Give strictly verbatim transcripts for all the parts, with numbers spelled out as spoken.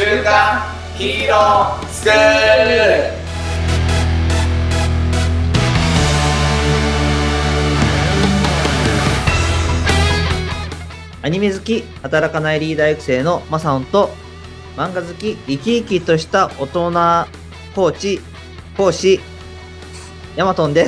週刊ヒーロースクール。 アニメ好き、働かないリーダー育成のマサオンと、漫画好き、生き生きとした大人コーチ、講師、ヤマトンです。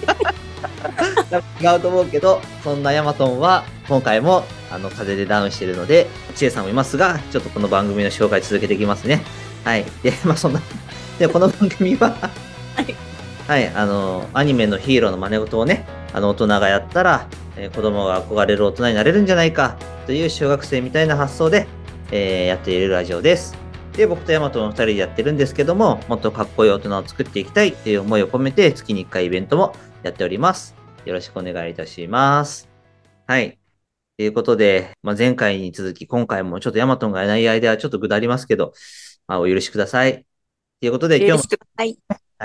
違うと思うけど、そんなヤマトンは、今回もあの風邪でダウンしているので、チエさんもいますが、ちょっとこの番組の紹介続けていきますね。はい。で、まあそんな、で、この番組は、はい、はい、あの、アニメのヒーローの真似事をね、あの、大人がやったら、えー、子供が憧れる大人になれるんじゃないか、という小学生みたいな発想で、えー、やっているラジオです。で、僕とヤマトのふたりでやってるんですけども、もっとかっこいい大人を作っていきたいという思いを込めて、月にいっかいイベントもやっております。よろしくお願いいたします。はい。ということで、まあ、前回に続き、今回もちょっとヤマトンがいない間はちょっとぐだりますけど、まあ、お許しください。ということで、今日も、 はい。 はい。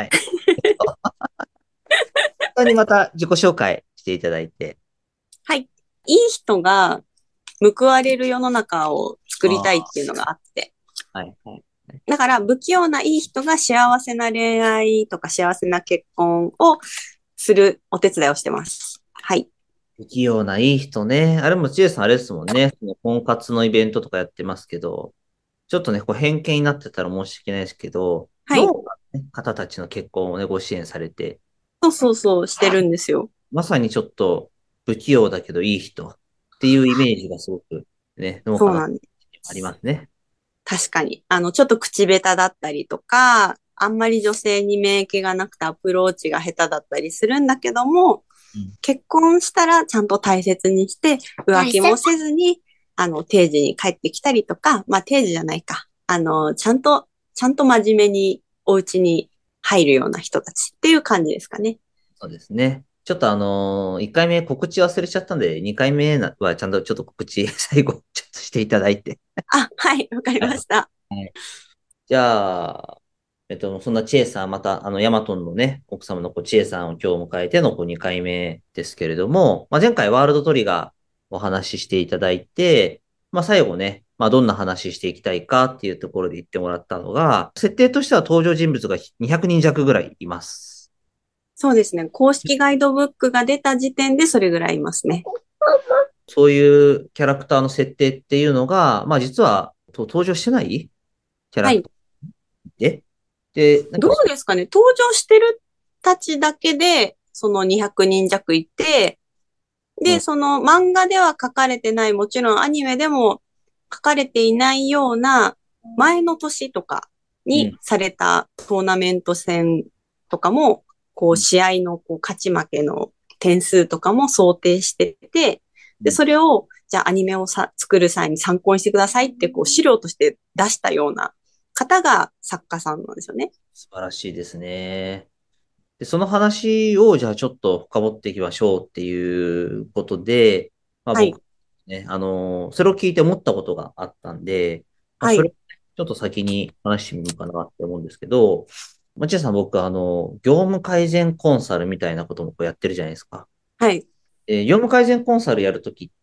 本当にまた自己紹介していただいて。 はい。いい人が報われる世の中を作りたいっていうのがあって。 はい。はい。 だから、不器用ないい人が幸せな恋愛とか幸せな結婚をするお手伝いをしてます。はい。 不器用ないい人ね。あれも、ちえさんあれですもんね。その婚活のイベントとかやってますけど、ちょっとね、こう偏見になってたら申し訳ないですけど、 はい。 農家の、ね、方たちの結婚をね、ご支援されて、 そうそうそう、してるんですよ。 まさにちょっと不器用だけどいい人っていうイメージがすごくね、農家のそうなんでありす。 ますね。 確かに。あの、ちょっと口下手だったりとか、あんまり女性に免疫がなくてアプローチが下手だったりするんだけども、 うん、 結婚したらちゃんと大切にして、浮気もせずに、あの、定時に帰ってきたりとか、まあ定時じゃないか。あの、ちゃんと、ちゃんと真面目にお家に入るような人たちっていう感じですかね。 そうですね。ちょっとあのー、いっかいめ告知忘れちゃったんで、にかいめはちゃんとちょっと告知最後ちょっとしていただいて。 あ、はい、わかりはい。 ました。 はい。じゃあ、えっと、そんなチエさん、また、あの、ヤマトンのね、奥様のこうチエさんを今日迎えてのこうにかいめですけれども、まあ、前回ワールドトリガーお話ししていただいて、まあ、最後ね、まあ、どんな話していきたいかっていうところで言ってもらったのが、設定としては登場人物がにひゃくにん弱ぐらいいます。 そうですね。公式ガイドブックが出た時点でそれぐらいいますね。 そういうキャラクターの設定っていうのが、まあ、実はと登場してないキャはい。 ラクターで、で、なんどうか、 ですかね。登場してるたちだけで、そのにひゃくにん弱いて、で、 うん、 その漫画では書かれてない、もちろんアニメでも書かれていないような、前の年とかにうん、 されたトーナメント戦とかも、こう、試合のこう勝ち負けの点数とかも想定してて、で、 うん。 それを、じゃあアニメをさ作る際に参考にしてくださいって、こう、資料として出したような方が作家さんなんですよね。 素晴らしいですね。で、その話をじゃあちょっと深掘っていきましょうっていうことで、まあはい。 僕ね、あの、それを聞いて思ったことがあったんで、まあはい。 それちょっと先に話してみようかなって思うんですけど、まあ、千さん僕あの、業務改善コンサルみたいなこともこうやってるじゃないですか。 はい。 で、業務改善コンサルやるときって、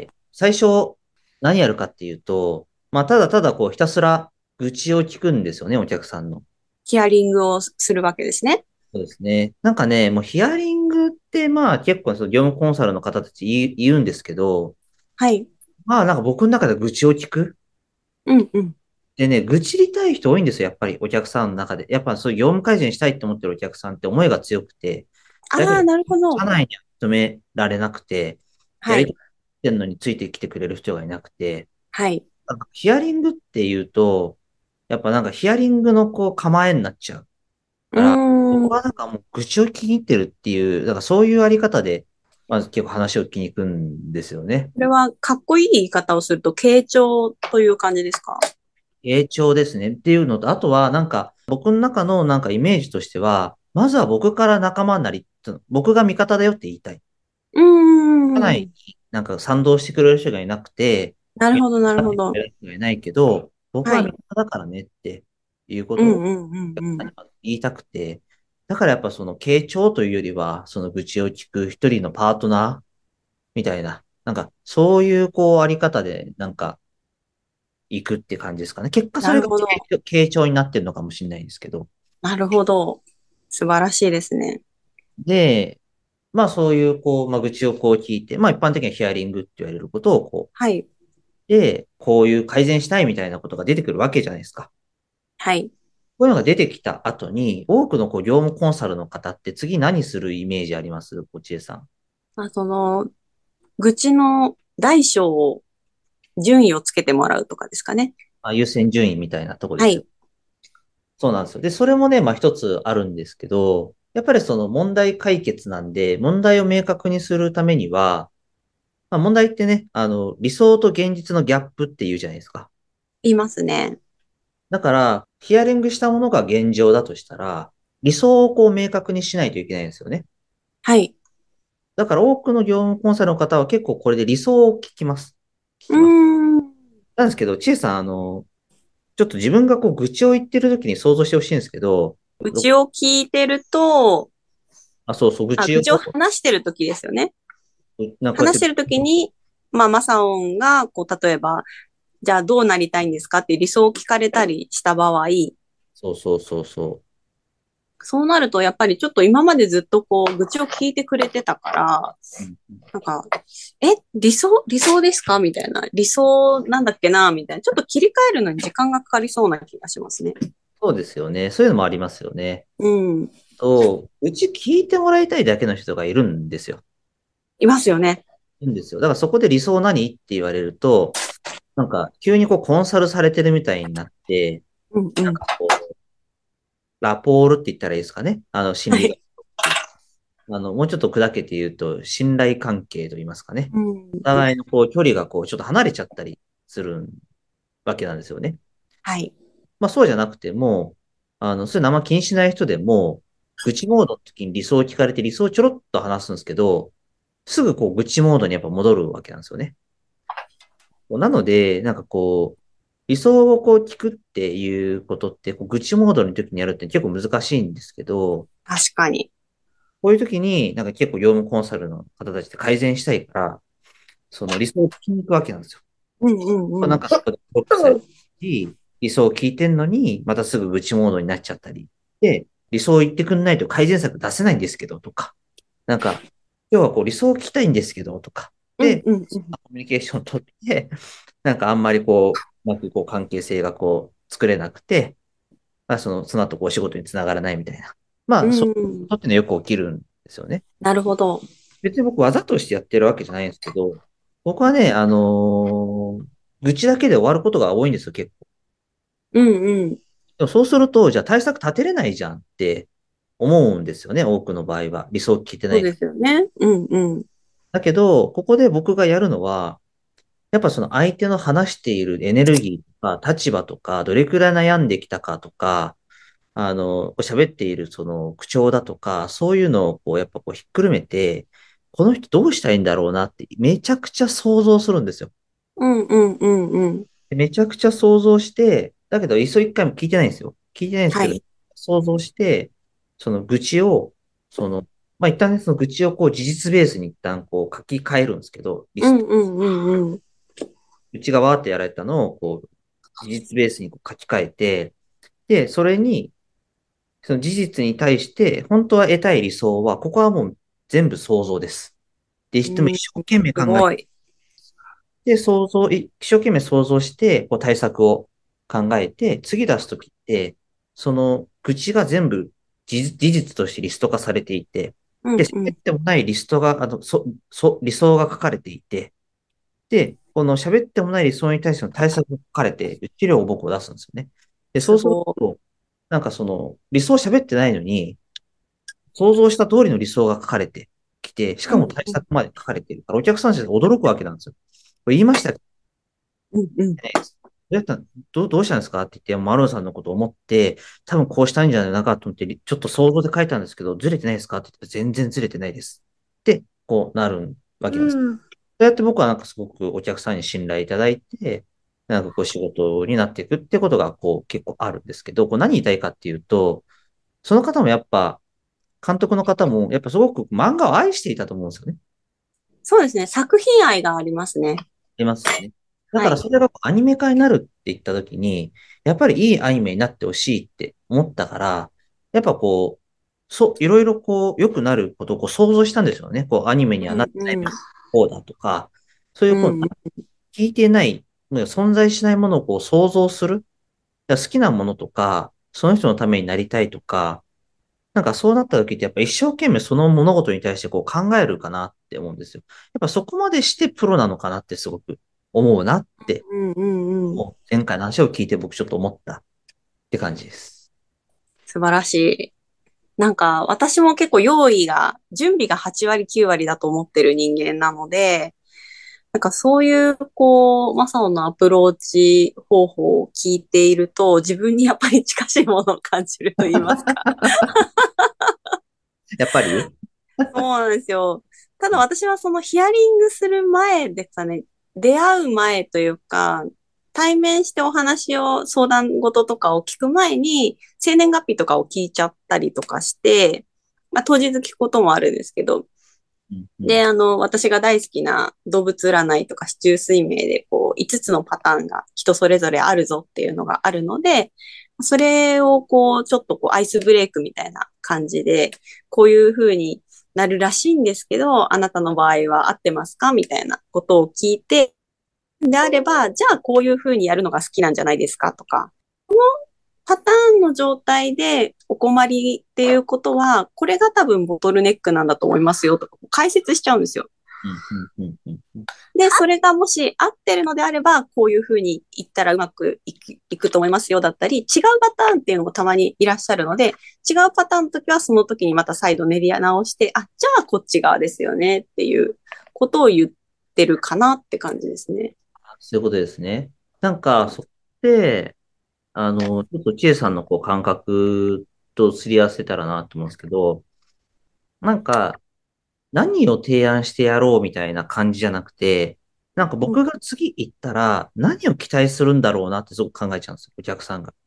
最初何やるかっていうと、まあただただこうひたすら愚痴を聞くんですよね、お客さんの。 ヒアリングをするわけですね。 そうですね。なんかね、もうヒアリングってまあ結構その業務コンサルの方たち言い言うんですけど、 はい。 まあなんか僕の中で愚痴を聞く。 うんうん。 でね、愚痴りたい人多いんですよ、やっぱりお客さんの中で。やっぱそういう業務改善したいって思ってるお客さんって思いが強くて、だけああ、 ど、 なるほど。 社内には認められなくて、やはい。 りたいってんのについてきてくれる人がいなくて、 はい。 なんかヒアリングっていうと、やっぱなんかヒアリングのこう構えになっちゃう。 うーから、僕ん。 はなんかもう愚痴を聞きに行ってるっていう、だからそういうあり方で、まず結構話を聞きに行くんですよね。 これはかっこいい言い方をすると、傾聴という感じですか？ 傾聴ですねっていうのと、あとはなんか僕の中のなんかイメージとしては、まずは僕から仲間になり、僕が味方だよって言いたい。 うー社内ん。 になんか賛同してくれる人がいなくて、いや、 なるほど、なる分かってくほど。 れる人がいないけど、僕はい。 は味方だからねっていうこうんとをうんうんうん。 言いたくて、だからやっぱその傾聴というよりは、その愚痴を聞く一人のパートナーみたいな、なんかそういうこうあり方でなんかいくって感じですかね。結果それがなるほど。 傾傾聴になってるのかもしれないんですけど。 なるほど。素晴らしいですね。 で、まあそういう、こう、まあ愚痴をこう聞いて、まあ一般的にはヒアリングって言われることをこう、 はい。 で、こういう改善したいみたいなことが出てくるわけじゃないですか。 はい。 こういうのが出てきた後に、多くのこう業務コンサルの方って次何するイメージありますこちえさん？ まあ、その、愚痴の大小を、順位をつけてもらうとかですかね。 まあ、優先順位みたいなとこですよ。 はい。 そうなんですよ。で、それもね、まあ一つあるんですけど、やっぱりその問題解決なんで、問題を明確にするためには、まあ問題ってね、あの、理想と現実のギャップっていうじゃないですか。 言いますね。 だから、ヒアリングしたものが現状だとしたら、理想をこう明確にしないといけないんですよね。 はい。 だから多くの業務コンサルの方は結構これで理想を聞きます。聞うーきます。 ん。 なんですけど、ちえさん、あの、ちょっと自分がこう愚痴を言ってる時に想像してほしいんですけど、ろ愚痴を聞いてると、 あ、そうそう、愚あ、 痴を、 愚痴を話してる時ですよね。 なんかこうやって、 話してる時に、まあ、マサオンが、こう、例えば、じゃあどうなりたいんですかって理想を聞かれたりした場合、 そうそうそうそそうなると、やっぱりちょっと今までずっとこう、愚痴を聞いてくれてたから、 う。うんなんか、え、理想、理想ですかみたいな。理想なんだっけなみたいな。ちょっと切り替えるのに時間がかかりそうな気がしますね。 そうですよね。そういうのもありますよね。 うん。 と、うち聞いてもらいたいだけの人がいるんですよ。 いますよね。 いるんですよ。だからそこで理想何って言われると、なんか急にこうコンサルされてるみたいになって、 うんうん。 なんかこう、ラポールって言ったらいいですかね。あの、心理学。 はい。 あの、もうちょっと砕けて言うと、信頼関係と言いますかね。 うん。 お互いのこう、距離がこう、ちょっと離れちゃったりするわけなんですよね。 はい。 まあそうじゃなくても、あの、それ生気にしない人でも、愚痴モードの時に理想を聞かれて理想をちょろっと話すんですけど、すぐこう愚痴モードにやっぱ戻るわけなんですよね。なので、なんかこう、理想をこう聞くっていうことって、こう愚痴モードの時にやるって結構難しいんですけど、 確かに。 こういう時になんか結構業務コンサルの方たちって改善したいから、その理想を聞きに行くわけなんですよ。 うんうんうん。 なんかそこでブロックされたり、理想を聞いてんのに、またすぐ愚痴モードになっちゃったり。で、理想を言ってくんないと改善策出せないんですけど、とか。なんか、今日はこう理想を聞きたいんですけど、とか。で、 うんうんうん。 コミュニケーションを取って、なんかあんまりこう、うまくこう関係性がこう作れなくて、まあ、その、その後こう仕事につながらないみたいな。まうあ、そういうん。 ことってのはよく起きるんですよね。 なるほど。 別に僕わざとしてやってるわけじゃないんですけど、僕はね、あのー愚痴だけで終わることが多いんですよ、結構。 うんうん。 でもそうすると、じゃあ対策立てれないじゃんって思うんですよね、多くの場合は。理想聞いてないから。 そうですよね。うんうん。 だけど、ここで僕がやるのは、やっぱその相手の話しているエネルギーとか立場とか、どれくらい悩んできたかとか、あの、喋っているその口調だとか、そういうのをこう、やっぱこうひっくるめて、この人どうしたいんだろうなってめちゃくちゃ想像するんですよ。 うんうんうんうん。 でめちゃくちゃ想像して、だけど、いっそ一回も聞いてないんですよ。聞いてないんですけど、 はい。 想像して、その愚痴を、その、まあ、一旦ね、その愚痴をこう事実ベースに一旦こう書き換えるんですけど、リスト。 うんうんうんうん。 内側ってやられたのをこう、事実ベースにこう書き換えて、で、それに、その事実に対して、本当は得たい理想は、ここはもう全部想像です。で、でもうん、す一生懸命考えごい。 て、想像、一生懸命想像して、こう対策を考えて、次出すときって、その口が全部事事実としてリスト化されていて、で、 うんうん。 喋ってもないリストが、あの、そ、そ、理想が書かれていて、で、この喋ってもない理想に対しての対策が書かれて、資料を僕を出すんですよね。で、そうするすごと、なんかその、理想喋ってないのに、想像した通りの理想が書かれてきて、しい。 かも対策まで書かれているから、お客さんたちが驚くわけなんですよ。これ言いましたようんうん。 ね。どうやったどう、どうしたんですかって言って、マロンさんのことを思って、多分こうしたいんじゃないかと思って、ちょっと想像で書いたんですけど、ずれてないですかって言って、全然ずれてないです。で、こうなるわけなんです。 うん。 そうやって僕はなんかすごくお客さんに信頼いただいて、なんかこう仕事になっていくってことがこう結構あるんですけど、こう何言いたいかっていうと、その方もやっぱ、監督の方もやっぱすごく漫画を愛していたと思うんですよね。 そうですね。作品愛がありますね。 ありますよね。 はい。 だからそれがアニメ化になるって言った時に、やっぱりいいアニメになってほしいって思ったから、やっぱこう、そう、いろいろこう、良くなることをこう想像したんですよね。こう、アニメにはなってないうんうん。 こうだとか、そういうこう、 うん聞いてない、存在しないものをこう想像する。だから好きなものとか、その人のためになりたいとか、なんかそうなった時ってやっぱ一生懸命その物事に対してこう考えるかなって思うんですよ。やっぱそこまでしてプロなのかなってすごく思うなって、 うんうんうん。 もう前回の話を聞いて僕ちょっと思ったって感じです。 素晴らしい。なんか私も結構用意が、準備がはち割きゅう割だと思ってる人間なので、なんかそういう、こう、マサオのアプローチ方法を聞いていると、自分にやっぱり近しいものを感じると言いますか。 やっぱりそうなんですよ。ただ私はそのヒアリングする前ですかね、出会う前というか、対面してお話を、相談事とかを聞く前に、生年月日とかを聞いちゃったりとかして、まあ当日聞くこともあるんですけど、 うんうん。 で、あの、私が大好きな動物占いとか四柱推命で、こう、いつつのパターンが人それぞれあるぞっていうのがあるので、それをこう、ちょっとこう、アイスブレイクみたいな感じで、こういう風になるらしいんですけど、あなたの場合は合ってますかみたいなことを聞いて、であれば、じゃあこういう風にやるのが好きなんじゃないですかとか、パターンの状態でお困りっていうことは、これが多分ボトルネックなんだと思いますよとか解説しちゃうんですよ。 うんうんうんうんうん。 で、それがもし合ってるのであれば、こういうふうに言ったらうまくいくいくと思いますよだったり、違うパターンっていうのもたまにいらっしゃるので、違うパターンの時はその時にまた再度練り直して、あ、じゃあこっち側ですよねっていうことを言ってるかなって感じですね。 そういうことですね。なんか、そこで、あの、ちょっと千恵さんのこう感覚とすり合わせたらなと思うんですけど、なんか、何を提案してやろうみたいな感じじゃなくて、なんかうん、 僕が次行ったら何を期待するんだろうなってすごく考えちゃうんですよ、お客さんが。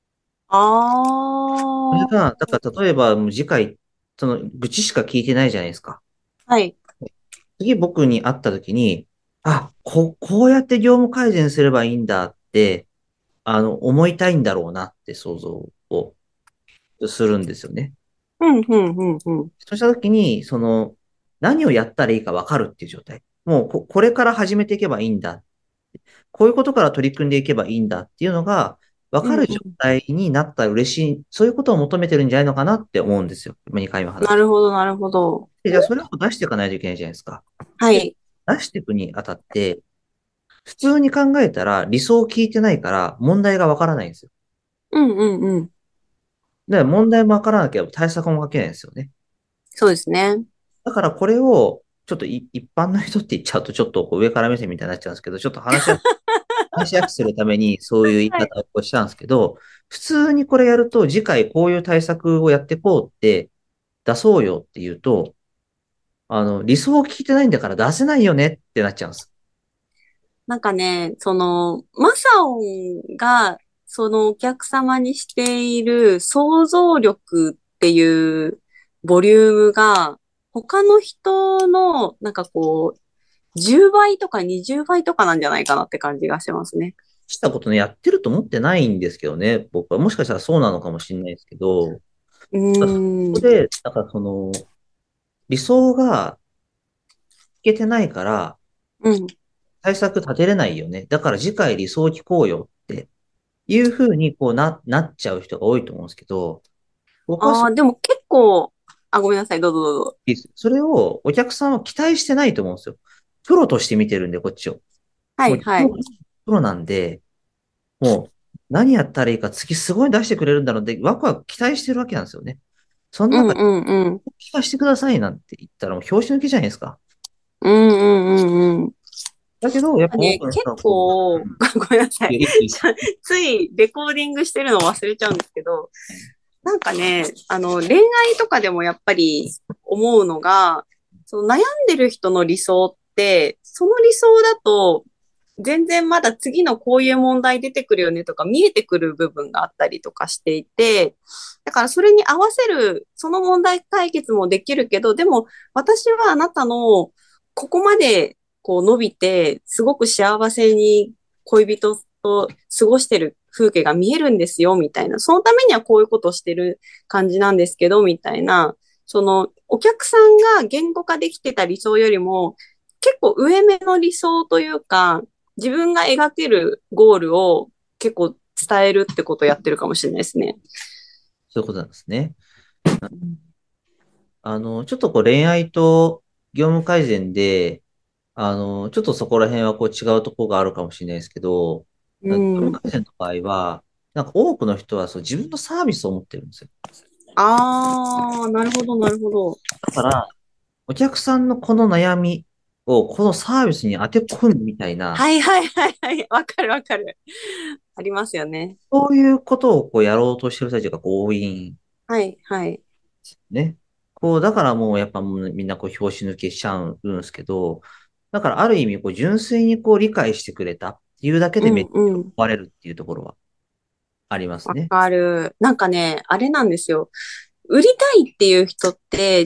それああ、 が、だから例えばもう次回、その愚痴しか聞いてないじゃないですか。 はい。 次僕に会った時に、あ、こ、こうやって業務改善すればいいんだって、あの、思いたいんだろうなって想像をするんですよね。 うん、うん、うん、うん。 そうした時に、その、何をやったらいいか分かるっていう状態。もうこ、これから始めていけばいいんだ。こういうことから取り組んでいけばいいんだっていうのが分うん、 かる状うん。 態になったら嬉しい。そういうことを求めてるんじゃないのかなって思うんですよ。今にかいめ話して。 なるほど、なるほど。 で、じゃあそれを出していかないといけないじゃないですか。で、 はい。 出していくにあたって、普通に考えたら理想を聞いてないから問題が分からないんですよ。 うん、うん、うん。 で、問題も分からなきゃ対策も書けないんですよね。 そうですね。 だからこれを、ちょっとい一般の人って言っちゃうとちょっとこう上から目線みたいになっちゃうんですけど、ちょっと話しやす話しやすくするためにそういう言いはい。 方をしたんですけど、普通にこれやると次回こういう対策をやっていこうって出そうよって言うと、あの、理想を聞いてないんだから出せないよねってなっちゃうんです。 なんかね、その、マサオンが、そのお客様にしている想像力っていうボリュームが、他の人の、なんかこう、じゅうばいとかにじゅうばいとかなんじゃないかなって感じがしますね。 したことね、やってると思ってないんですけどね、僕は。もしかしたらそうなのかもしれないですけど、 うそーん。 こで、だからその、理想が聞けてないから、 うん。 対策立てれないよね。だから次回理想を聞こうよっていうふうにこうな、なっちゃう人が多いと思うんですけど、僕はそああ、でも結構、あ、ごめんなさい、どうぞどうぞ。 うですそれをお客さんは期待してないと思うんですよ。プロとして見てるんで、こっちを。もう、 はい、はい。 プロなんで、もう、何やったらいいか次すごい出してくれるんだろうって、ワクワク期待してるわけなんですよね。そのうん、 中で、 うん、うん。 聞かせてくださいなんて言ったらもう拍子抜けじゃないですか。 うん、うん、うん、うん。 だけど、やっぱ多ね、 くの人結はこう、 構、ごめんなさい。 いやいいですちょついレコーディングしてるの忘れちゃうんですけど、なんかね、あの、恋愛とかでもやっぱり思うのが、その悩んでる人の理想って、その理想だと、全然まだ次のこういう問題出てくるよねとか見えてくる部分があったりとかしていて、だからそれに合わせる、その問題解決もできるけど、でも私はあなたのここまでこう伸びて、すごく幸せに恋人と過ごしてる風景が見えるんですよ、みたいな。そのためにはこういうことをしてる感じなんですけど、みたいな。その、お客さんが言語化できてた理想よりも、結構上目の理想というか、自分が描けるゴールを結構伝えるってことをやってるかもしれないですね。 そういうことなんですね。あの、ちょっとこう恋愛と業務改善で、あの、ちょっとそこら辺はこう違うところがあるかもしれないですけど、 う業務ん。 改善の場合は、なんか多くの人はそう自分のサービスを持ってるんですよ。 ああ、なるほど、なるほど。 だから、お客さんのこの悩みをこのサービスに当て込むみたいな、 はいはいはいはい。わかるわかる。ありますよね。 そういうことをこうやろうとしてる人たちがこう多いんではいはい。 すね。こう、だからもうやっぱもうみんなこう拍子抜けしちゃうんですけど、だからある意味こう純粋にこう理解してくれたっていうだけうでめっちゃんうん。 思われるっていうところはありますわね。 かる。なんかね、あれなんですよ。売りたいっていう人って、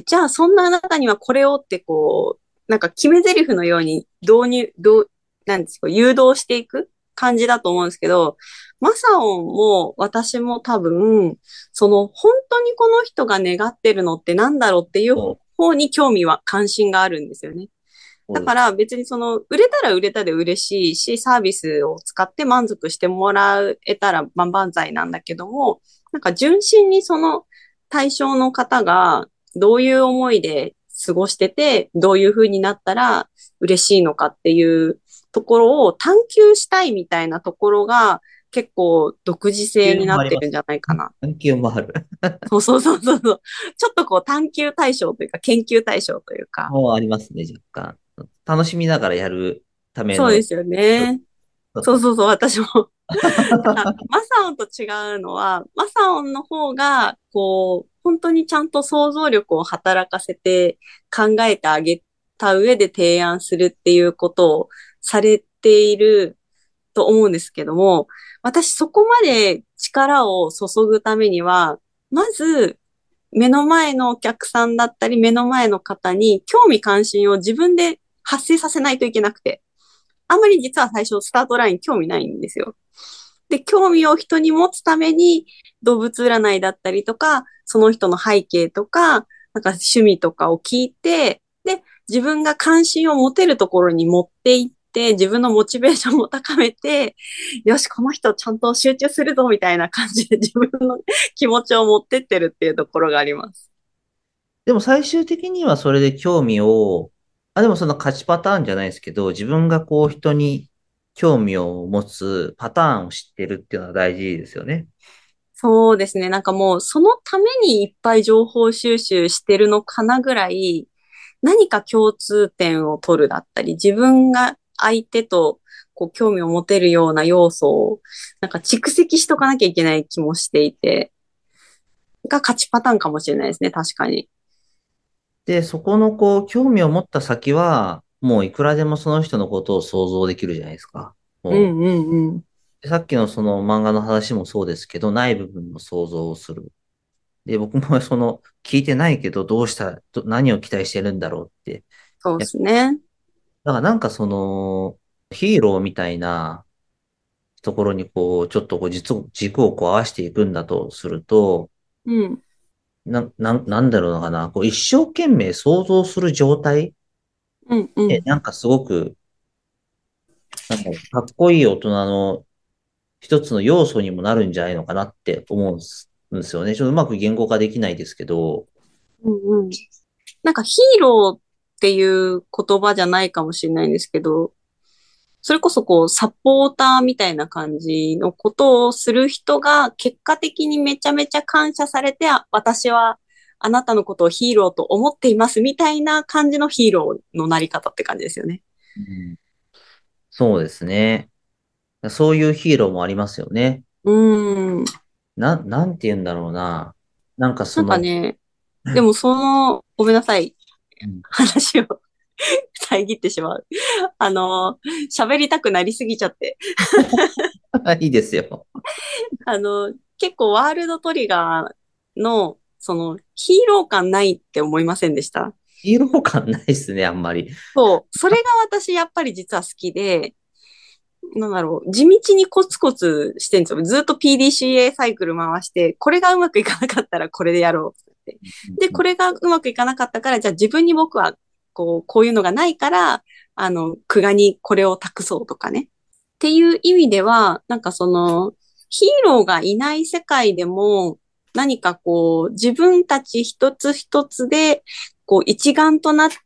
じゃあそんなあなたにはこれをってこう、なんか決め台詞のように導入、どう、なんですか、誘導していく感じだと思うんですけど、マサオンも私も多分、その本当にこの人が願ってるのってなんだろうっていうそう、 方に興味は、関心があるんですよね。 そうです。 だから別にその売れたら売れたで嬉しいし、サービスを使って満足してもらえたら万々歳なんだけども、なんか純真にその対象の方がどういう思いで過ごしてて、どういう風になったら嬉しいのかっていうところを探求したいみたいなところが結構独自性研究になもあります。 ってるんじゃないかな。 研究もある。 そうそうそうそうそう。ちょっとこう探求対象というか研究対象というか。 もうありますね、若干。楽しみながらやるための。 そうですよね。そうそうそう、私も。だから、マサオンと違うのは、マサオンの方が、こう、本当にちゃんと想像力を働かせて考えてあげた上で提案するっていうことをされていると思うんですけども、私そこまで力を注ぐためには、まず、目の前のお客さんだったり、目の前の方に興味関心を自分で発生させないといけなくて。あんまり実は最初スタートライン興味ないんですよ。で、興味を人に持つために動物占いだったりとか、その人の背景とか、なんか趣味とかを聞いて、で、自分が関心を持てるところに持っていって、自分のモチベーションを高めて、よし、この人ちゃんと集中するぞみたいな感じで自分の気持ちを持ってってるっていうところがあります。 でも最終的にはそれで興味を、あ、でもその勝ちパターンじゃないですけど、自分がこう人に興味を持つパターンを知ってるっていうのは大事ですよね。 そうですね。なんかもう、そのためにいっぱい情報収集してるのかなぐらい、何か共通点を取るだったり、自分が相手とこう興味を持てるような要素を、なんか蓄積しとかなきゃいけない気もしていて、が勝ちパターンかもしれないですね。確かに。 で、そこのこう興味を持った先は、もういくらでもその人のことを想像できるじゃないですか。もうんうんうん。 う、さっきのその漫画の話もそうですけど、ない部分の想像をする。で、僕もその聞いてないけど、どうした、ど何を期待してるんだろうって。 そうでやすね。 だからなんかその、ヒーローみたいなところにこう、ちょっとこう実を、軸をこう合わせていくんだとすると、 うん。 な、なん、なんだろうのかな、こう一生懸命想像する状態で、 うんうん。 なんかすごく、なんだろう、かっこいい大人の一つの要素にもなるんじゃないのかなって思うんですんですよね。ちょっとうまく言語化できないですけど、 うんうん。なんかヒーローっていう言葉じゃないかもしれないんですけど、それこそこう、サポーターみたいな感じのことをする人が、結果的にめちゃめちゃ感謝されて、あ私はあなたのことをヒーローと思っていますみたいな感じのヒーローのなり方って感じですよね。 うん、そうですね。そういうヒーローもありますよね。 うーん。 な、なんて言うんだろうな。なんかそなんかの、 ね、でもその、ごめんなさい、 うん、 話を遮ってしまう。あの、喋りたくなりすぎちゃって。 いいですよ。 あの、結構ワールドトリガーの、その、ヒーロー感ないって思いませんでした？ ヒーロー感ないですね、あんまり。 そう。それが私やっぱり実は好きで、 なんだろう、地道にコツコツしてるんですよ。ずっと ピーディーシーエー サイクル回して、これがうまくいかなかったらこれでやろうって。で、これがうまくいかなかったから、じゃあ自分に僕は、こう、こういうのがないから、あの、久我にこれを託そうとかね。っていう意味では、なんかその、ヒーローがいない世界でも、何かこう、自分たち一つ一つで、こう、一丸となって、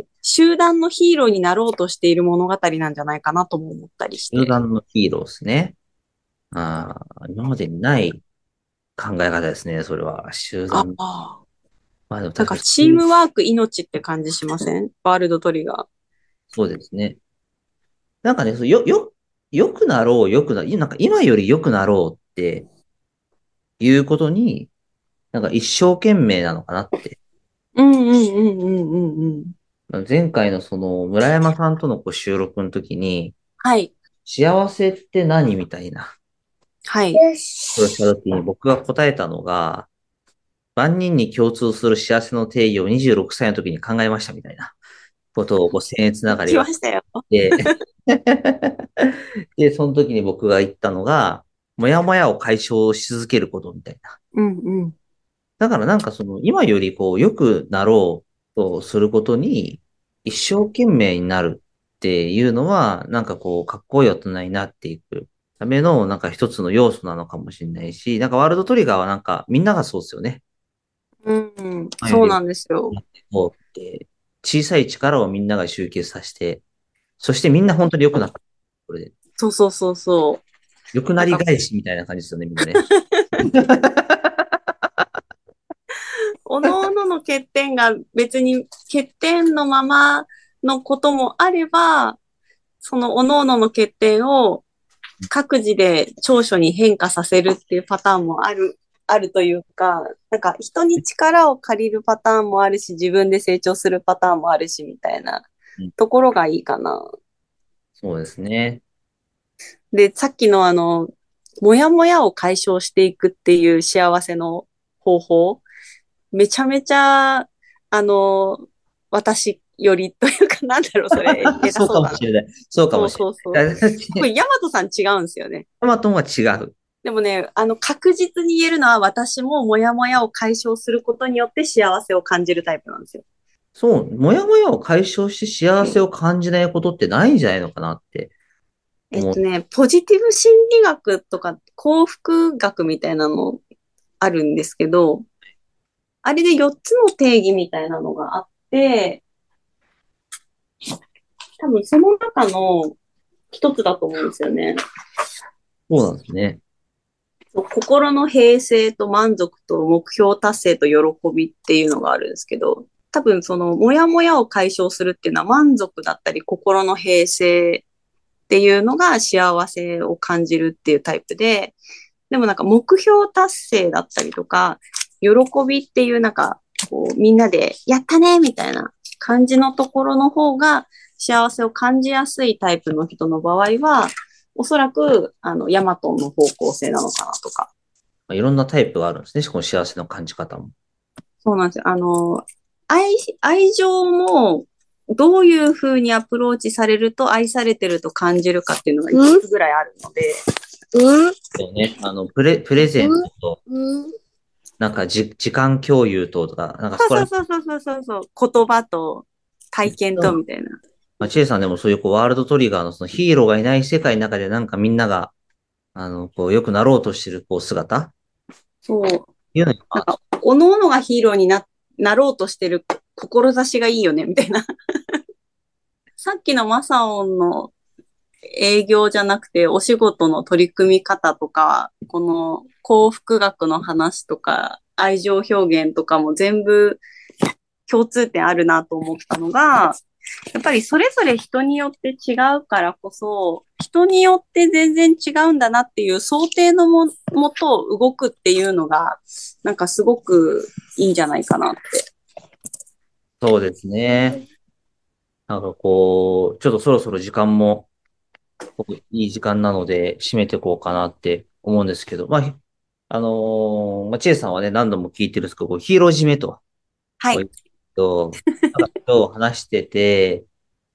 集団のヒーローになろうとしている物語なんじゃないかなとも思ったりし集て。 団のヒーローですね。ああ、今までにない考え方ですね、それは。集あ団。 あ。 まあでもなんか確かにチームワーク命って感じしません？ワールドトリガー。 そうですね。なんかね、そうよ、よ、良くなろう、良くな、なんか今より良くなろうっていうことに、なんか一生懸命なのかなって。 うんうんうんうんうんうん。 前回のその村山さんとのこう収録の時に、 はい。 幸せって何みたいな、 はい。 それをした時に僕が答えたのが、万人に共通する幸せの定義をにじゅうろくさいの時に考えましたみたいなことをこう僭越ながら言わ来ましたよ。 れて、で、その時に僕が言ったのが、もやもやを解消し続けることみたいな。 うんうん。 だからなんかその今よりこう良くなろうとすることに一生懸命になるっていうのはなんかこうかっこいい大人になっていくためのなんか一つの要素なのかもしれないし、なんかワールドトリガーはなんかみんながそうですよね。 うんうん。 今より良くそうなんですよ。 なっていこうって、小さい力をみんなが集結させて、そしてみんな本当に良くなった。これで。 そうそうそうそう。 良くななんか、 り返しみたいな感じですよね、みんなね。 おのおのの欠点が別に欠点のままのこともあれば、そのおのおのの欠点を各自で長所に変化させるっていうパターンもある、あるというか、なんか人に力を借りるパターンもあるし、自分で成長するパターンもあるし、みたいなうんところがいいかな。 そうですね。 で、さっきのあの、もやもやを解消していくっていう幸せの方法、めちゃめちゃ、あの、私よりというか、なんだろう、それ、偉そうそうだな。 かもしれない。そうかそうもしそうそう。 れない。 多分、ヤマトさん違うんですよね。 トマトンは違う。 でもね、あの、確実に言えるのは、私もモヤモヤを解消することによって幸せを感じるタイプなんですよ。 そう、もやもやを解消して幸せを感じないことってないんじゃないのかなって思う。 えっとね、ポジティブ心理学とか幸福学みたいなのあるんですけど、あれでよっつの定義みたいなのがあって、多分その中の一つだと思うんですよね。 そうなんですね。 心の平静と満足と目標達成と喜びっていうのがあるんですけど、多分そのモヤモヤを解消するっていうのは満足だったり心の平静っていうのが幸せを感じるっていうタイプで、でもなんか目標達成だったりとか、喜びっていうなんかこうみんなでやったねみたいな感じのところの方が幸せを感じやすいタイプの人の場合は、おそらくあのヤマトンの方向性なのかなとか。 まあ、いろんなタイプがあるんですね。この幸せの感じ方も。 そうなんですよ。あの、愛、愛情もどういうふうにアプローチされると愛されてると感じるかっていうのがいつつぐらいあるので。うんそうね。あの、プレ、プレゼントと、 うんなんかじ、時間共有ととか、なんかそこらそうそうそうそうそうそう。言葉と体験と辺の、 みたいな。 まあ、チェイさんでもそういうこうワールドトリガーのそのヒーローがいない世界の中でなんかみんなが、あの、こう良くなろうとしてるこう姿っそう。 ていうのに、まあ、 なんか、おのおのがヒーローにな、なろうとしてる志がいいよね、みたいな。さっきのマサオンの営業じゃなくて、お仕事の取り組み方とか、この幸福学の話とか、愛情表現とかも全部共通点あるなと思ったのが、やっぱりそれぞれ人によって違うからこそ、人によって全然違うんだなっていう想定のも、もと動くっていうのが、なんかすごくいいんじゃないかなって。 そうですね。なんかこう、ちょっとそろそろ時間もこういい時間なので締めていこうかなって思うんですけど、まあ、あのーまあ、チェイさんはね、何度も聞いてるんですけど、こうヒーロー締めと、 はい。 こういうと、なんか今日話してて、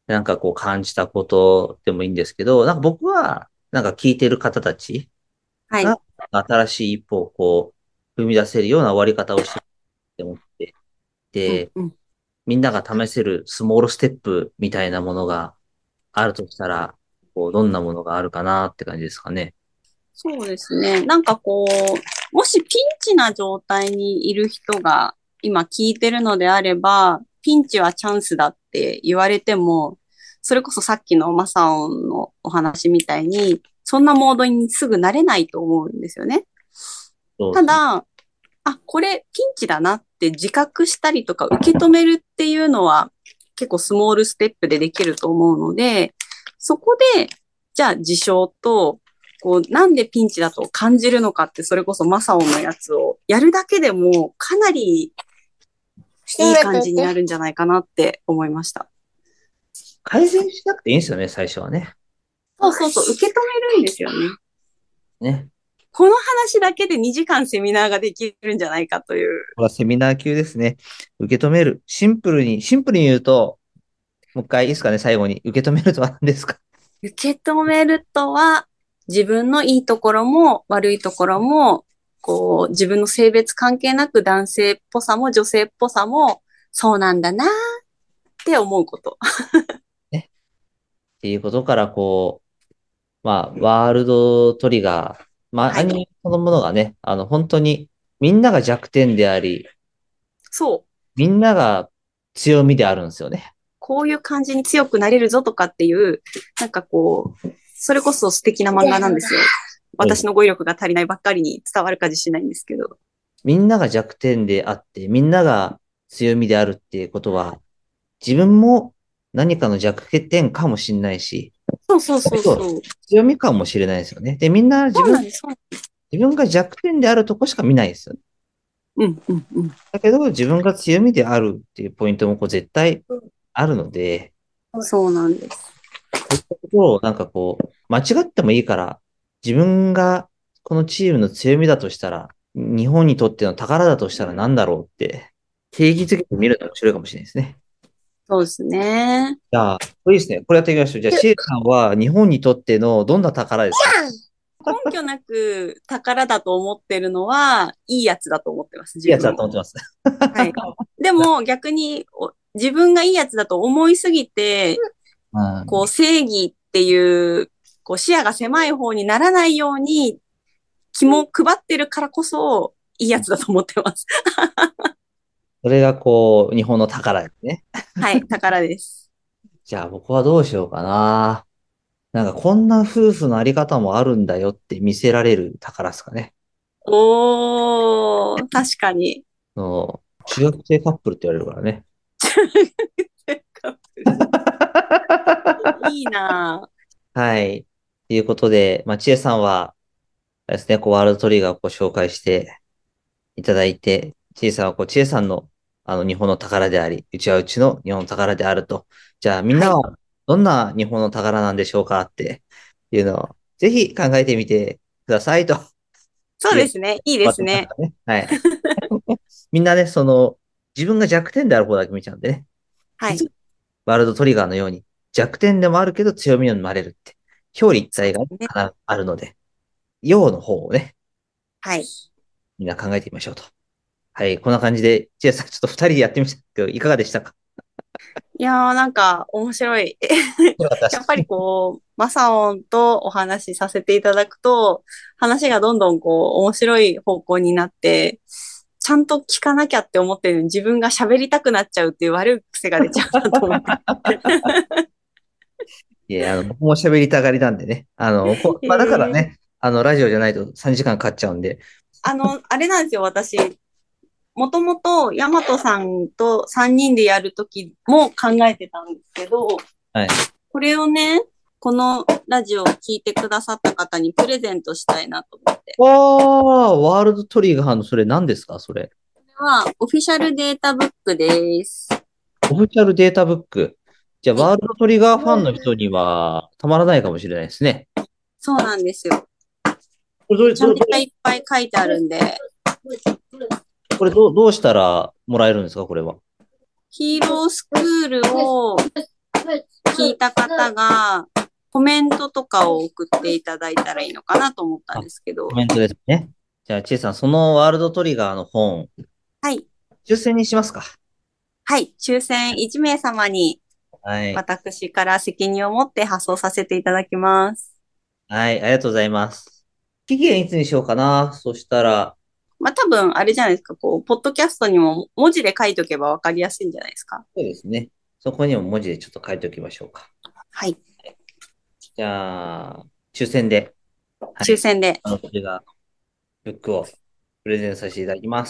なんかこう感じたことでもいいんですけど、なんか僕は、なんか聞いてる方たちはい。 が新しい一歩をこう、踏み出せるような終わり方をしてるって思っていて、 うんうん。 みんなが試せるスモールステップみたいなものがあるとしたら、こう、どんなものがあるかなって感じですかね。 そうですね。なんかこう、もしピンチな状態にいる人が今聞いてるのであれば、ピンチはチャンスだって言われても、それこそさっきのマサオンのお話みたいに、そんなモードにすぐなれないと思うんですよね。 そうですね。 ただ、あ、これピンチだなって自覚したりとか受け止めるっていうのは結構スモールステップでできると思うので、そこで、じゃあ事象と、こう、なんでピンチだと感じるのかって、それこそマサオのやつをやるだけでもかなりいい感じになるんじゃないかなって思いました。 改善しなくていいんですよね、最初はね。 そうそうそう、受け止めるんですよね。 ね。 この話だけでにじかんセミナーができるんじゃないかという。 これはセミナー級ですね。受け止める。シンプルに、シンプルに言うと、もう一回いいですかね、最後に。受け止めるとは何ですか？ 受け止めるとは、自分のいいところも悪いところも、こう、自分の性別関係なく男性っぽさも女性っぽさも、そうなんだなって思うこと。 ね。っていうことから、こう、まあ、ワールドトリガー、まあ、 はい。 アニメそのものがね、あの、本当に、みんなが弱点であり、 そう。 みんなが強みであるんですよね。 こういう感じに強くなれるぞとかっていう、なんかこう、それこそ素敵な漫画なんですよ。私の語彙力が足りないばっかりに伝わるか自信ないんですけど。 みんなが弱点であって、みんなが強みであるっていうことは、自分も何かの弱点かもしれないし、 そうそうそうそうそう。 強みかもしれないですよね。で、みんな自分、 そうなんです。そう自分が弱点であるとこしか見ないですよね。 うんうんうん。 だけど、自分が強みであるっていうポイントもこう絶対あるので、 そうなんです。 そういったところをなんかこう、間違ってもいいから、自分がこのチームの強みだとしたら、日本にとっての宝だとしたら何だろうって、定義づけてみるの面白いかもしれないですね。 そうですね。 じゃあ、これいいですね。これやってみましょう。じゃあ、シエさんは日本にとってのどんな宝ですか？ 根拠なく宝だと思ってるのは、いいやつだと思ってます、 いいやつだ自分を。 と思ってます。 はい。でも逆にお自分がいいやつだと思いすぎて、 うん。 こう正義っていう、こう視野が狭い方にならないように気も配ってるからこそ、いいやつだと思ってます。 それがこう、日本の宝ですね。 はい、宝です。 じゃあ、僕はどうしようかな。なんか、こんな夫婦のあり方もあるんだよって見せられる宝ですかね。 おー、確かに。 の中学生カップルって言われるからね。 いいなぁ。 はい。ということで、まあ、ちえさんは、あれですね、こう、ワールドトリガーをご紹介していただいて、ちえさんはこう、ちえさんの、あの、日本の宝であり、うちはうちの日本の宝であると。じゃあ、みんはい。 なはどんな日本の宝なんでしょうかっていうのを、ぜひ考えてみてくださいという、 そうですね。いいですね。 ね。はい。みんなね、その、自分が弱点である方だけ見ちゃうんでね。 はい。 実は、ワールドトリガーのように、弱点でもあるけど強みにもなれるって、表裏一体がね。 必ずあるので、陽の方をね、 はい。 みんな考えてみましょうと。はい、こんな感じで、ジェイさん、ちょっと二人でやってみたけど、いかがでしたか？ いやー、なんか面白い。 よかったです。 やっぱりこう、マサオンとお話しさせていただくと、話がどんどんこう、面白い方向になって、ちゃんと聞かなきゃって思ってるのに自分が喋りたくなっちゃうっていう悪い癖が出ちゃうなと思って。 いや、あの、僕も喋りたがりなんでね。あの、こまあ、だからえーね、あの、ラジオじゃないとさんじかんかかっちゃうんで。 あの、あれなんですよ、私。もともと、ヤマトさんとさんにんでやるときも考えてたんですけど、 はい。 これをね、このラジオを聞いてくださった方にプレゼントしたいなと思って。 わー、ワールドトリガーのそれ何ですかそれ？ これはオフィシャルデータブックです。 オフィシャルデータブック。じゃあ、 はい。 ワールドトリガーファンの人にはたまらないかもしれないですね。 そうなんですよ。 これどう、 めちゃめどう、どうちゃいっぱい書いてあるんで、 これどう、どうしたらもらえるんですかこれは？ ヒーロースクールを聞いた方がコメントとかを送っていただいたらいいのかなと思ったんですけど。 コメントですね。じゃあ、ちえさん、そのワールドトリガーの本、 はい。 抽選にしますか？ はい。抽選いち名様にはい。 私から責任を持って発送させていただきます。 はい、ありがとうございます。期限いつにしようかな。そしたら、 まあ多分あれじゃないですか。こう、ポッドキャストにも文字で書いとけばわかりやすいんじゃないですか。 そうですね。そこにも文字でちょっと書いておきましょうか。 はい。 じゃあ、抽選で、はい。 抽選で。 あの、これが、ブックをプレゼントさせていただきます。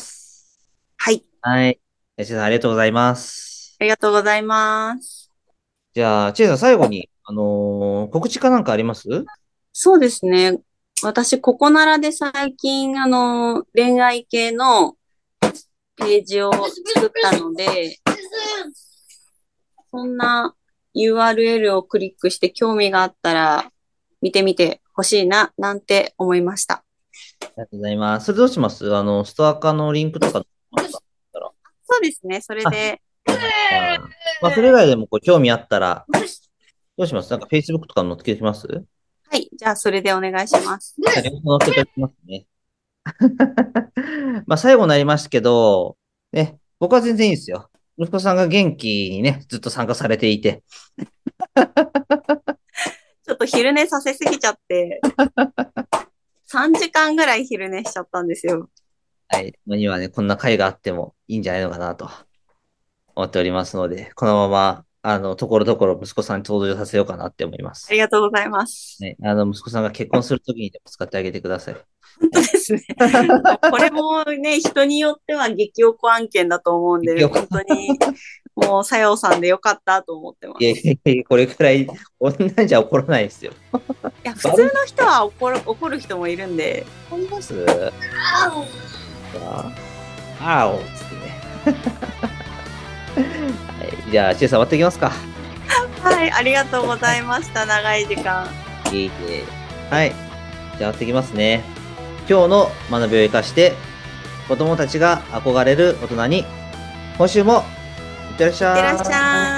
はい。 はい。ちえさん、ありがとうございます。 ありがとうございます。 じゃあ、ちえさん、最後に、あのー告知かなんかあります？ そうですね。私、ここならで最近、あの、恋愛系のページを作ったので、そんな ユーアールエル をクリックして興味があったら見てみてほしいな、なんて思いました。 ありがとうございます。それどうします？あの、ストア化のリンクとか、 そうですね。それあ、 で、 まあ、それ以外でもこう興味あったら、どうします？なんか Facebook とか載っけてきます？ はい。じゃあ、それでお願いします。 両方載っけておきますね。まあ、最後になりましたけど、ね、僕は全然いいですよ。息子さんが元気にね、ずっと参加されていて。 ちょっと昼寝させすぎちゃって、さんじかんぐらい昼寝しちゃったんですよ。 はい。にはね、こんな会があってもいいんじゃないのかなと思っておりますので、このまま、あの、ところどころ息子さんに登場させようかなって思います。 ありがとうございます。 ね、あの、息子さんが結婚するときにでも使ってあげてください。 本当ですね。これもね、人によっては激おこ案件だと思うんで、本当にもう、さようさんでよかったと思ってます。 いやいやいや、これくらい、こんなんじゃ怒らないですよ。 いや、普通の人は怒る、怒る人もいるんで。 怒ります？あおっつってね。はい、じゃあ、ちえさん終わっていきますか。 はい、ありがとうございました。長い時間。 いえいえ。はい。じゃあ、終わっていきますね。今日の学びを生かして、子供たちが憧れる大人に、今週もいってらっしゃい。 いってらっしゃい。